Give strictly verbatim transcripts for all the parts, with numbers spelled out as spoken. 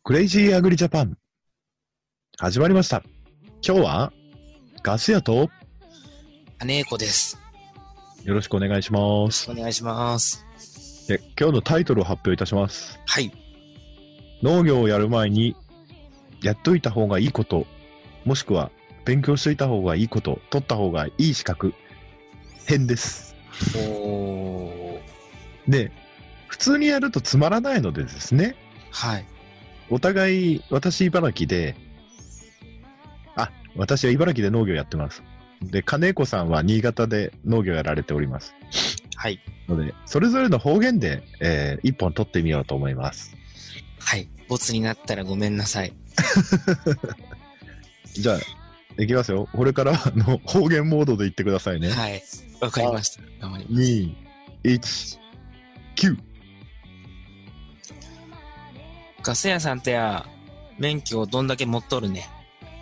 クレイジーアグリジャパン始まりました。今日はガス屋と姉子です。 よろしくお願いします。 お願いします。 で、今日のタイトルを発表いたします。 はい。 農業をやる前にやっといた方がいいこと、もしくは勉強していた方がいいこと、取った方がいい資格編です。 おー。 で、普通にやるとつまらないのでですね。 はい。 お互い、私茨城で、あ、私は茨城で農業やってます。で、金子さんは新潟で農業やられております。 はい。 ので、それぞれの方言で、えー、一本取ってみようと思います。 はい。ボツになったらごめんなさい。 じゃあ、いきますよ。これからの方言モードで言ってくださいね。 はい。わかりました。頑張ります。 に、いち、きゅう。 ガス屋さんってや、免許をどんだけ持っとるね。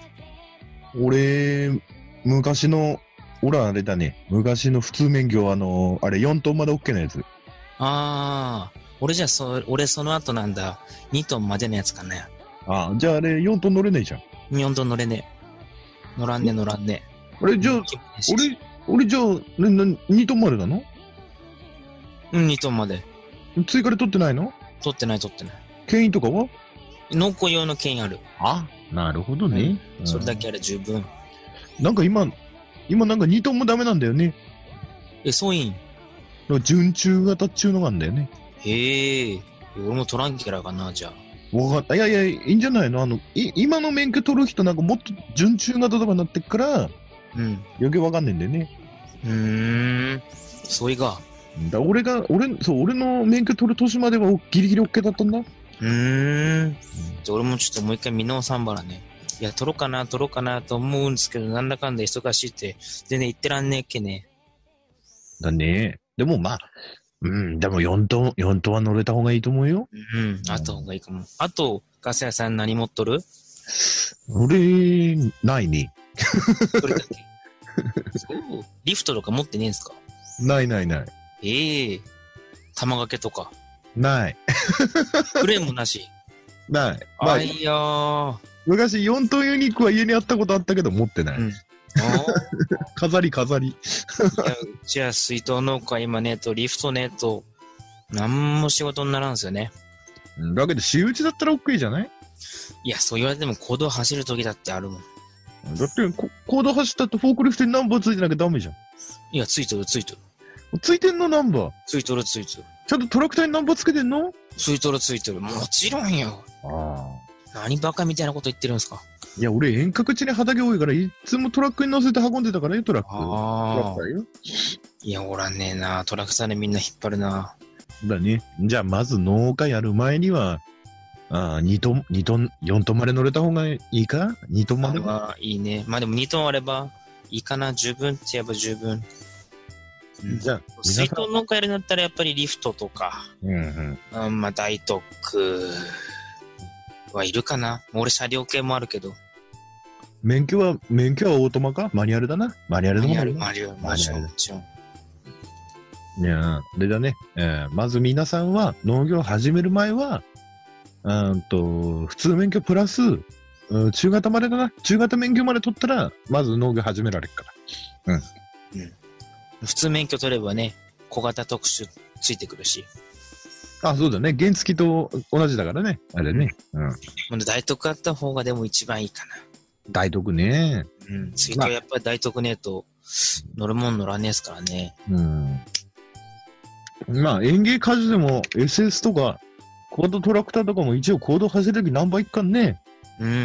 俺、昔の、俺あれだね。昔の普通免許、あの、あれよんトンまで OK なやつ。 あー。俺じゃそ、俺その後なんだ。にトンまでのやつかな。 あ、じゃああれよんトン乗れないじゃん。 よんトン乗れねえ。乗らんね乗らんねあれ、じゃあ、俺、俺じゃあ、な、な、にトンまでなの？ うん、にトンまで。 追加で取ってないの？ 取ってない取ってない。 牽引とかは？ 農耕用の券ある。 あ、なるほどね。 うん、それだけあれ十分。 なんか今、今なんかにトンもダメなんだよね。 え、そういん？ 準中型っちゅうのがあるんだよね。 へえ。俺も取らんキャラかな、じゃあ。 わかった。いやいや、いいんじゃないの？あの、い、今の免許取る人なんかもっと準中型とかになってっから、 うん。 余計わかんねえんだよね。 うーん。そいが。 だ俺が、俺、そう、俺の免許取る年まではギリギリ OK だったんだ。 うーん。じゃあ俺もちょっともう一回見直さんばらね。いや、取ろうかな、取ろうかなと思うんですけど、なんだかんだ忙しいって、全然言ってらんねえっけね。 だね。でもまあ、うん、でもよんトン、よんトンは乗れた方がいいと思うよ。 うん、あった方がいいかも。あと、ガス屋さん何持っとる？ 俺、ないね。 それだけ。そう。リフトとか持ってねえんすか？ ないないない。 ええー。玉掛けとか。 ない。 クレーンもなし。 ない。まあ、 あいやー。 昔よんトンユニークは家にあったことあったけど持ってない。 うん。 飾り飾り。 いや、うちは水筒農家今ねえと、リフトねえと、なんも仕事にならんすよね。 だけど、私有地だったら OK じゃない？ いや、そう言われても行動走る時だってあるもん。 だって、こ行動走ったってフォークリフトにナンバーついてなきゃダメじゃん。 いや、ついとるついとる。 ついてんのナンバー。 ついとるついとる。 ちゃんとトラクターにナンバーつけてんの？ ついとるついとる。もちろんよ。 ああ。 何バカみたいなこと言ってるんですか？ いや、俺遠隔地に畑多いから、いつもトラックに乗せて運んでたからよ、トラック。トラああ。 クターよ。 いや、おらんねえな。トラクターでみんな引っ張るな。 だね。じゃあ、まず農家やる前には、ああ、にトン、にトン、よんトンまで乗れた方がいいか？ に トンまでは。 まあ、いいね。まあでもにトンあれば、いいかな。十分って言えば十分。うん、 じゃあ、 水筒農家やるんだったらやっぱりリフトとか、 うんうんうん、まあ大特区はいるかな。俺車両系もあるけど。 免許は、免許はオートマか？マニュアルだな。マニュアルの方がいいな。 マニュアル、マニュアル、もちろん。 いや、あれだね。えー、まず皆さんは農業を始める前は、うんと、普通免許プラス、うん、中型までだな。中型免許まで取ったら、まず農業始められるから。うん。 うん。普通免許取ればね、小型特殊ついてくるし。 あ、そうだね。原付と同じだからね。あれね。うん。 うん、大特あった方がでも一番いいかな。 大徳ね。 うん。水筒やっぱり大特ねえと、乗るもん乗らねえっすからね。 うん。まあ、園芸果樹でも エスエス とか、コードトラクターとかも一応コード走るときナンバーいっかんね。 うん。うん、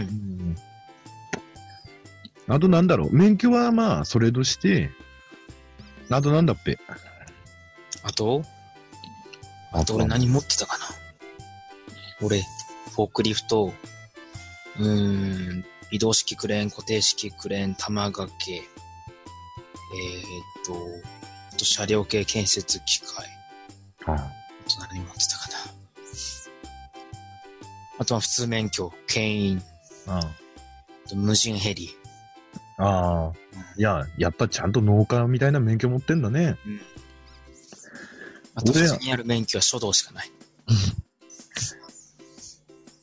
あとなんだろう。免許はまあ、それとして、あとなんだっぺ。 あとあと俺何持ってたかな。俺、フォークリフト、うーん、移動式クレーン、固定式クレーン、玉掛け、えー、っと、あと車両系建設機械。 ああ、 あと何持ってたかな。あとは普通免許、牽引、 ああと無人ヘリ。 ああ。いや、やっぱちゃんと農家みたいな免許持ってんだね。 うん。あと普通にある免許は書道しかない。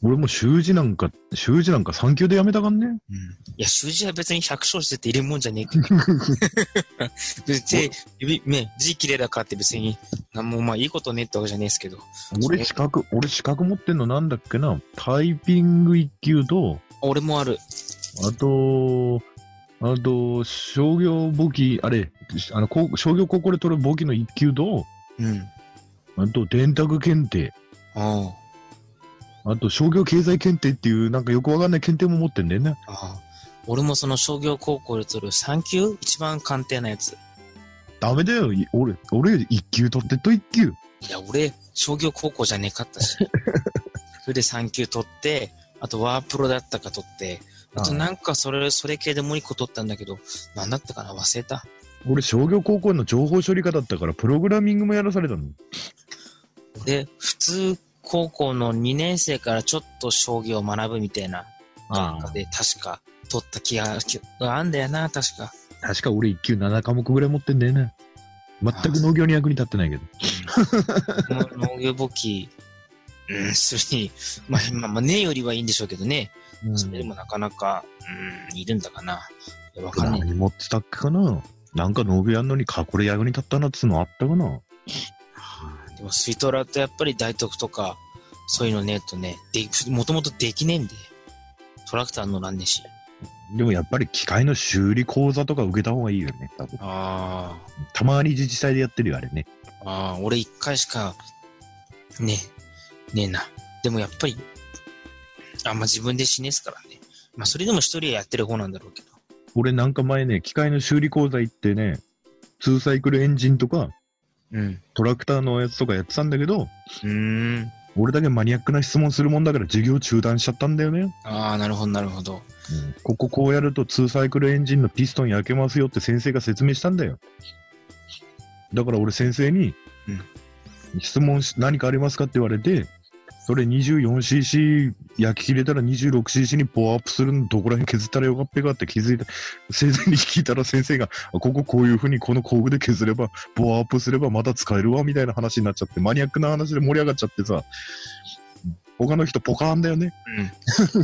俺も習字なんか、習字なんかさん級でやめたかんね。うん。いや、習字は別にひゃく勝してって入れるもんじゃねえけど。別に、指、ね、字綺麗だからって別に、なんもまあいいことねえってわけじゃねえですけど。 俺資格、俺資格持ってんのなんだっけな。タイピングいっ級と、 俺もある。 あと、あと、商業簿記、あれ、あの、商業高校で取る簿記のいっ級と、 うん。 あと、電卓検定。 ああ。 あと、商業経済検定っていう、なんかよくわかんない検定も持ってんだよね。 ああ。俺もその商業高校で取るさん級一番簡単なやつ。 ダメだよ。俺、俺いっ級取ってといっ級。 いや、俺、商業高校じゃねえかったし。それでさん級取って、あとワープロだったか取って、あとなんかそれ、それ系でもう一個取ったんだけど、なんだったかな忘れた。 俺、商業高校の情報処理科だったから、プログラミングもやらされたの。 で、普通、高校のにねん生からちょっと将棋を学ぶみたいな学科で確か取った気があんだよな、確か。 確か俺いっ級なな科目ぐらい持ってんだよね。全く農業に役に立ってないけど。 うん、農業簿記、うん、するに、まあ、まあ、まあ、ねえよりはいいんでしょうけどね。うん、それでもなかなか、うん、いるんだかな。わかんない。 何持ってたっけかな。なんか農業やんのにか、これ役に立ったなっつうのあったかな。 でもスイトラってやっぱり大徳とかそういうのねえとね、でもともとできねえんで、トラクター乗らんねえし。 でもやっぱり機械の修理講座とか受けた方がいいよね、多分。 ああ。 たまに自治体でやってるよ、あれね。 ああ、俺一回しか、ねえ、ねえな。でもやっぱり、あんま自分でしねえすからね。まあそれでも一人はやってる方なんだろうけど。 俺なんか前ね、機械の修理講座行ってね、ツーサイクルエンジンとか、 うん、 トラクターのやつとかやってたんだけど、 うーん。 俺だけマニアックな質問するもんだから授業中断しちゃったんだよね。 ああ、なるほど、なるほど、うん。 こここうやるとツーサイクルエンジンのピストン焼けますよって先生が説明したんだよ。だから俺先生に、うん、質問し何かありますかって言われて、それ にじゅうよんシーシー 焼き切れたら にじゅうろくシーシー にポアアップするのどこら辺削ったらよかっぺかって気づいた。先生に聞いたら先生が、こここういう風にこの工具で削れば、ポアアップすればまた使えるわみたいな話になっちゃって、マニアックな話で盛り上がっちゃってさ、他の人ポカーンだよね。 うん。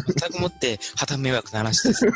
全くもって旗迷惑な話です。い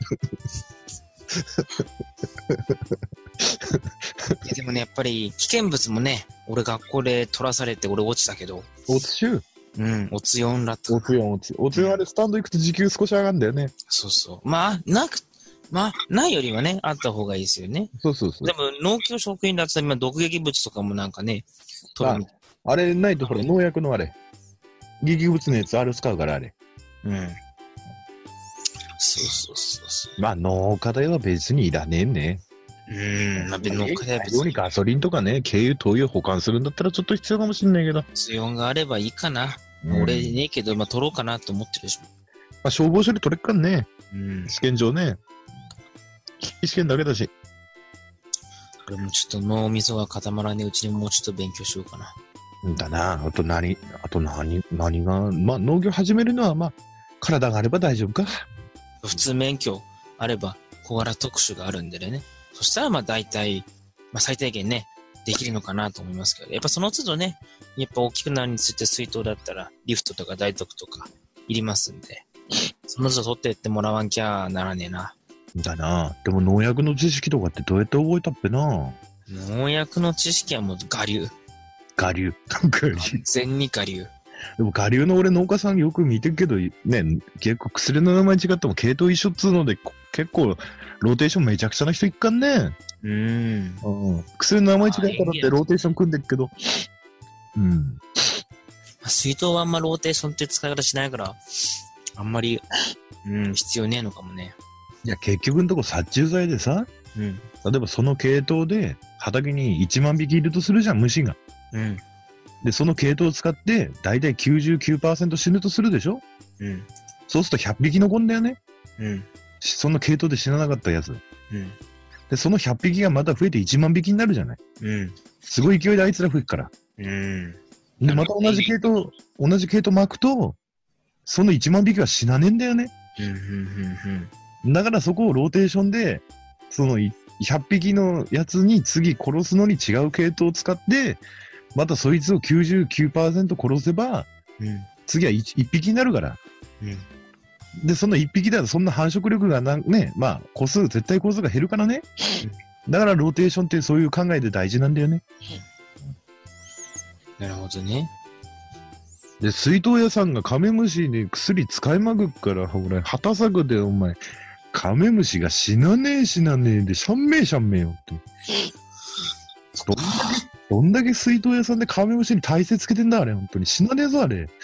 やでもね、やっぱり危険物もね、俺学校で取らされて俺落ちたけど。 落ちゅううん、おつよんだった。 おつよん、おつよん。おつよんあれスタンド行くと時給少し上がるんだよね。 そうそう。まあ、なく、まあ、ないよりはね、あった方がいいですよね。 そうそうそう。 でも、農協職員だったら今、毒劇物とかもなんかね、 取る。あ, あれないとほら、農薬のあれ。劇物のやつあれ使うからあれ。 うん。そうそうそうそう。 まあ、農家では別にいらねえね。 うーん、まあ、農家では別に。ガソリンとかね、軽油、灯油保管するんだったらちょっと必要かもしんないけど。 必要があればいいかな。うん、俺ねえけど、まあ、取ろうかなと思ってるでしょ。まあ、消防署で取れっかんね。 うん。 試験場ね。試験だけだし。 俺もちょっと脳みそが固まらねえうちにもうちょっと勉強しようかな。 だな。あと何、あと何、何が、まあ農業始めるのはまあ、体があれば大丈夫か。 普通免許あれば小柄特殊があるんでね。そしたらまあ大体、まあ最低限ね、できるのかなと思いますけど、やっぱその都度ね、やっぱ大きくなるにつれて水筒だったらリフトとか大徳とかいりますんで、その都度取っていってもらわんきゃならねえな。 だな。でも農薬の知識とかってどうやって覚えたっぺな。 農薬の知識はもう我流。 我流。我流。 全に我流。 でも我流の俺農家さんよく見てるけど、ね、結構薬の名前違っても系統一緒っつうので、結構ローテーションめちゃくちゃな人いっかんね。 うーん。 うん。薬の名前違ったらってローテーション組んでるけど。うん。 水筒はあんまローテーションって使い方しないから、あんまり、うん、必要ねえのかもね。 いや、結局のとこ殺虫剤でさ、 うん。 例えばその系統で畑にいちまんびきいるとするじゃん、虫が。 うん。 で、その系統を使って、だいたい きゅうじゅうきゅうパーセント 死ぬとするでしょ。 うん。 そうするとひゃっぴき残んだよね。 うん。 その系統で死ななかったやつ。 うん。 で、そのひゃっぴきがまた増えていちまんびきになるじゃない。 うん。 すごい勢いであいつら増えるから。 うん。 で、また同じ系統、同じ系統巻くと、そのいちまんびきは死なねえんだよね。 うん。うん。うん。 だからそこをローテーションで、そのひゃっぴきのやつに次殺すのに違う系統を使って、またそいつを きゅうじゅうきゅうパーセント 殺せば、 うん、 次は一一匹になるから。 うん。 で、その一匹だとそんな繁殖力がな、ね、まあ、個数、絶対個数が減るからね。だからローテーションってそういう考えで大事なんだよね。 なるほどね。 で、水筒屋さんがカメムシに薬使いまぐっから、ほら、旗作でお前、カメムシが死なねえ死なねえで、しゃんめいしゃんめいよって。どんだけ、どんだけ水筒屋さんでカメムシに耐性つけてんだ、あれ、本当に。死なねえぞ、あれ。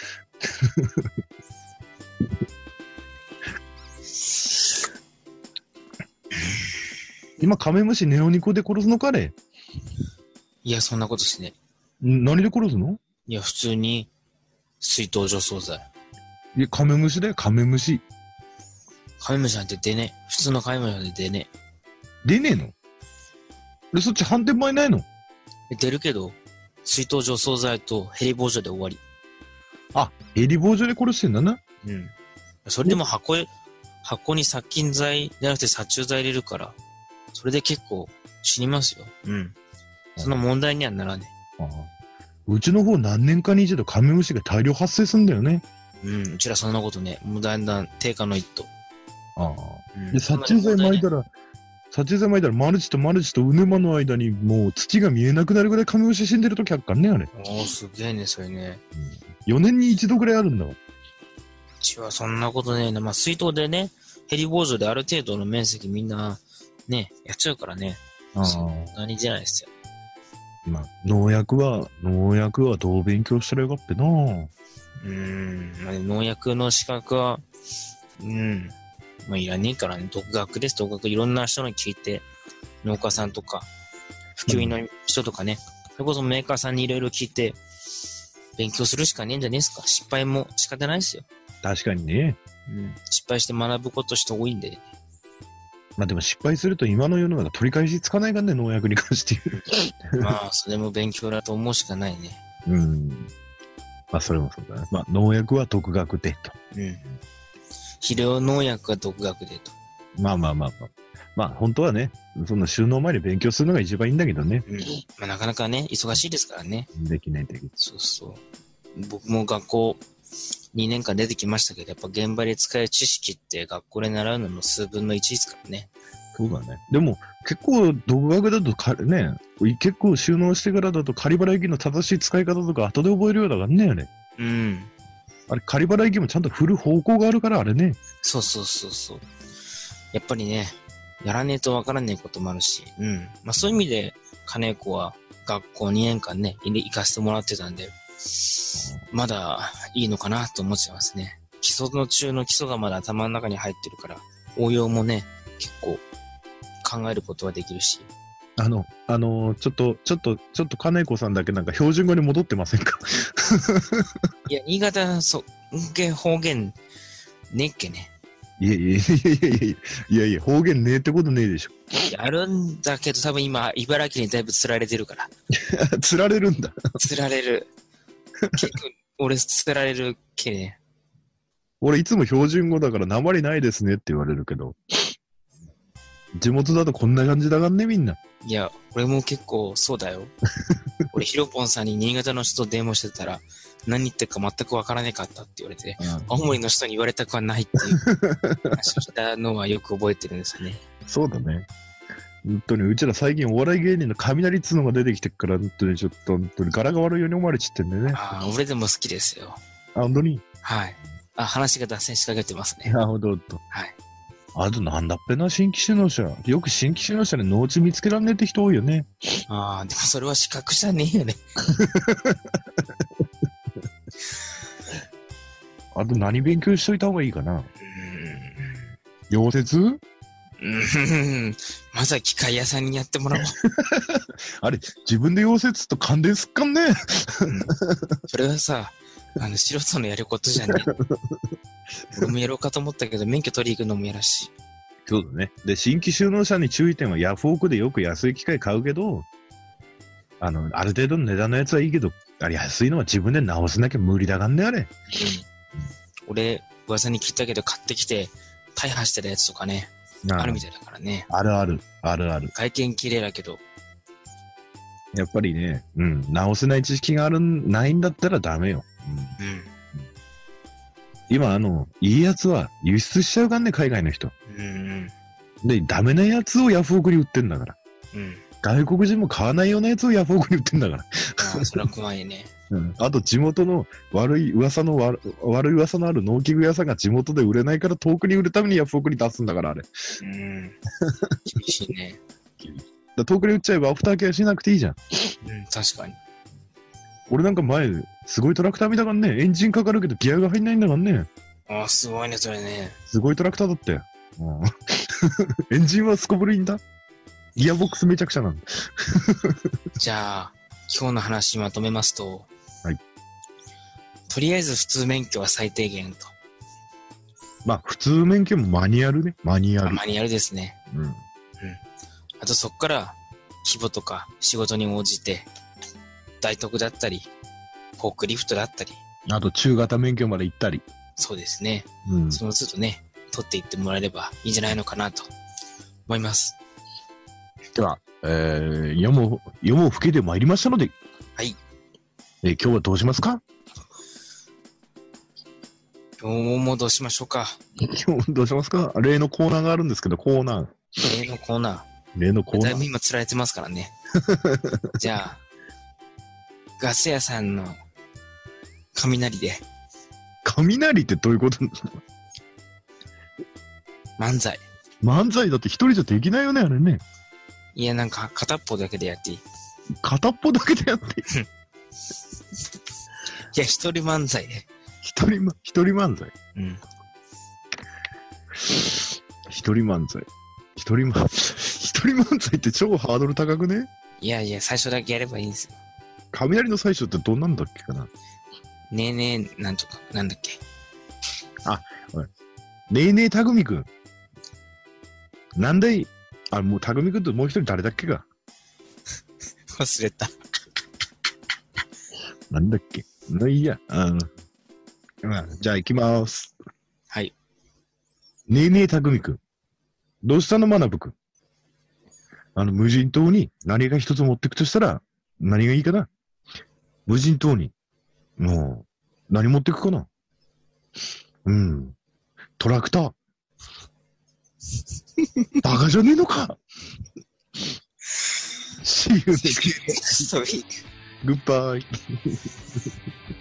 今、カメムシネオニコで殺すのか、あれ。 いや、そんなことしね。 ん何で殺すの？ いや、普通に、水筒除草剤。 いや、カメムシだよ、カメムシ。 カメムシなんて出ねえ。普通のカメムシなんて出ね出ねえの？で、そっち反転前ないの？ え。出るけど、水筒除草剤とヘリ防除で終わり。 あ、エリ防除で殺してんだな。 うん。それでも箱へ、箱に殺菌剤じゃなくて殺虫剤入れるから、それで結構死にますよ。うん。その問題にはならねああ、うちの方何年かに一度カメムシが大量発生するんだよね。 え。うん。うちらそんなことね。もうだんだん低下の一途。 ああ。 うん、 で、殺虫剤巻いたら、殺虫剤巻いたらマルチとマルチとウネマの間にもう土が見えなくなるぐらいカメムシ死んでるときあっかんね、あれ。 おー、すげえね、それね。 よねんに一度ぐらいあるんだわ。 うちはそんなことねえな。まあ、水筒でね、ヘリ防除である程度の面積みんな、ね、やっちゃうからね。 ああ。 何じゃないですよ。 まあ、農薬は、農薬はどう勉強したらよかったな。 うーん、まあ、農薬の資格は、うん、まあ、いらねえからね。独学です。独学いろんな人に聞いて、農家さんとか、普及員の人とかね、それこそメーカーさんにいろいろ聞いて、勉強するしかねえんじゃねえですか。失敗も仕方ないですよ。 確かにね。 うん、失敗して学ぶこと人多いんで。 まあでも失敗すると今の世の中取り返しつかないからね、農薬に関して言う。 まあ、それも勉強だと思うしかないね。 うん。まあそれもそうだね。まあ農薬は独学でと。 うん。肥料農薬は独学でと。 まあまあまあまあ。まあ本当はね、その収納前に勉強するのが一番いいんだけどね。 うん。まあなかなかね、忙しいですからね。 できないできない。 そうそう。僕も学校にねんかん出てきましたけど、やっぱ現場で使える知識って学校で習うのの数分のいちですからね。 そうだね。でも結構独学だとかね、結構収納してからだと仮払い機の正しい使い方とか後で覚えるようだからね、あれ。 うん。 あれ仮払い機もちゃんと振る方向があるからあれね。 そうそうそうそう。やっぱりね、やらねえとわからねえこともあるし、うん。まあそういう意味で、金子は学校にねんかんね、行かせてもらってたんで、まだいいのかなと思っちゃいますね。基礎の中の基礎がまだ頭の中に入ってるから、応用もね、結構考えることはできるし。 あの、あのー、ちょっと、ちょっと、ちょっと金子さんだけなんか標準語に戻ってませんか？ いや、新潟、そう、方言、ねっけね。 いやいやいやいやいやいやいや、方言ねえってことねえでしょ。 あるんだけど、多分今、茨城にだいぶ釣られてるから。 釣られるんだ。 釣られる。結構、俺、釣られるけね。 俺いつも標準語だから訛りないですねって言われるけど、地元だとこんな感じだがんね、みんな。 いや、俺も結構そうだよ。俺、ヒロポンさんに新潟の人と電話してたら、何言ってるか全くわからねかったって言われて、うん、青森の人に言われたくはないっていう話をしたのはよく覚えてるんですよね。 そうだね。本当に、うちら最近お笑い芸人の雷っつうのが出てきてから、本当にちょっと、本当に柄が悪いように思われちってんだよね。 ああ、俺でも好きですよ。 あ、本当に？ はい。あ、話が脱線しかけてますね。 あ、ほんとほんと。 はい。 あとなんだっぺな、新規就農者。よく新規就農者で農地見つけらんねえって人多いよね。 ああ、でもそれは資格じゃねえよね。 あと何勉強しといた方がいいかな。うーん。溶接？うーん。まずは機械屋さんにやってもらおう。 あれ、自分で溶接と感電すっかんね、うん、 それはさ、あの、素人のやることじゃねえ。俺もやろうかと思ったけど、免許取り行くのもやらしい。 そうだね。で、新規就農者に注意点は、ヤフオクでよく安い機械買うけど、あの、ある程度の値段のやつはいいけど、あれ安いのは自分で直せなきゃ無理だがんね、あれ。うん。 俺、噂に聞いたけど、買ってきて、大破してたやつとかね、あ, あるみたいだからね。 あるある、あるある。 外見綺麗だけど。 やっぱりね、うん、直せない知識があるん、ないんだったらダメよ。うん。うん、 今あの、いいやつは輸出しちゃうかんね、海外の人。 うんで、ダメなやつをヤフオクに売ってんだから。 うん。うん。 外国人も買わないようなやつをヤフオクに売ってんだから。 ああ、それは怖いね。 うん、あと地元の悪い噂の悪悪い噂のある農機具屋さんが地元で売れないから遠くに売るためにヤフオクに出すんだからあれ。 うん。厳しいね。 だ遠くに売っちゃえばアフターケアしなくていいじゃん。 うん、確かに。 俺なんか前すごいトラクター見たからね、エンジンかかるけどギアが入んないんだからね。 ああ、すごいね、それね。 すごいトラクターだったよ。うん、エンジンはすこぶるいいんだ。ギアボックスめちゃくちゃなんだ。 じゃあ、今日の話まとめますと、 はい。 とりあえず普通免許は最低限と。 まあ普通免許もマニュアルね。マニュアル。 マニュアルですね。 うん。 うん。あとそっから規模とか仕事に応じて、大徳だったり、フォークリフトだったり。 あと中型免許まで行ったり。 そうですね。 うん。 その都度ね、取っていってもらえればいいんじゃないのかなと思います。 では、えー、夜も、夜も更けてまいりましたので。 はい。 えー、今日はどうしますか？ 今日もどうしましょうか。 今日どうしますか？例のコーナーがあるんですけど、コーナー。 例のコーナー。例のコーナー。 だいぶ今釣られてますからね。じゃあ、ガス屋さんの雷で。 雷ってどういうこと？ 漫才。 漫才だって一人じゃできないよね、あれね。 いや、なんか片っぽだけでやっていい。 片っぽだけでやっていい。いや、一人漫才で。 一人ま、一人漫才。 うん。 一人漫才。一人漫、一人漫才って超ハードル高くね？ いやいや、最初だけやればいいんですよ。 雷の最初ってどんなんだっけかな？ ねえねえ、なんとか、なんだっけ。 あ、ねえねえたぐみくん。なんで、あ、もうたぐみくんともう一人誰だっけか。 忘れた。 なんだっけ。まあいいや。あの、まあ、じゃあ行きまーす。 はい。 ねえねえたぐみくん。どうしたのまなぶくん。あの、無人島に何が一つ持ってくとしたら、何がいいかな？無人島に。もう、何持ってくかな？うん。トラクター。バカじゃねえのか。See you next week. Goodbye.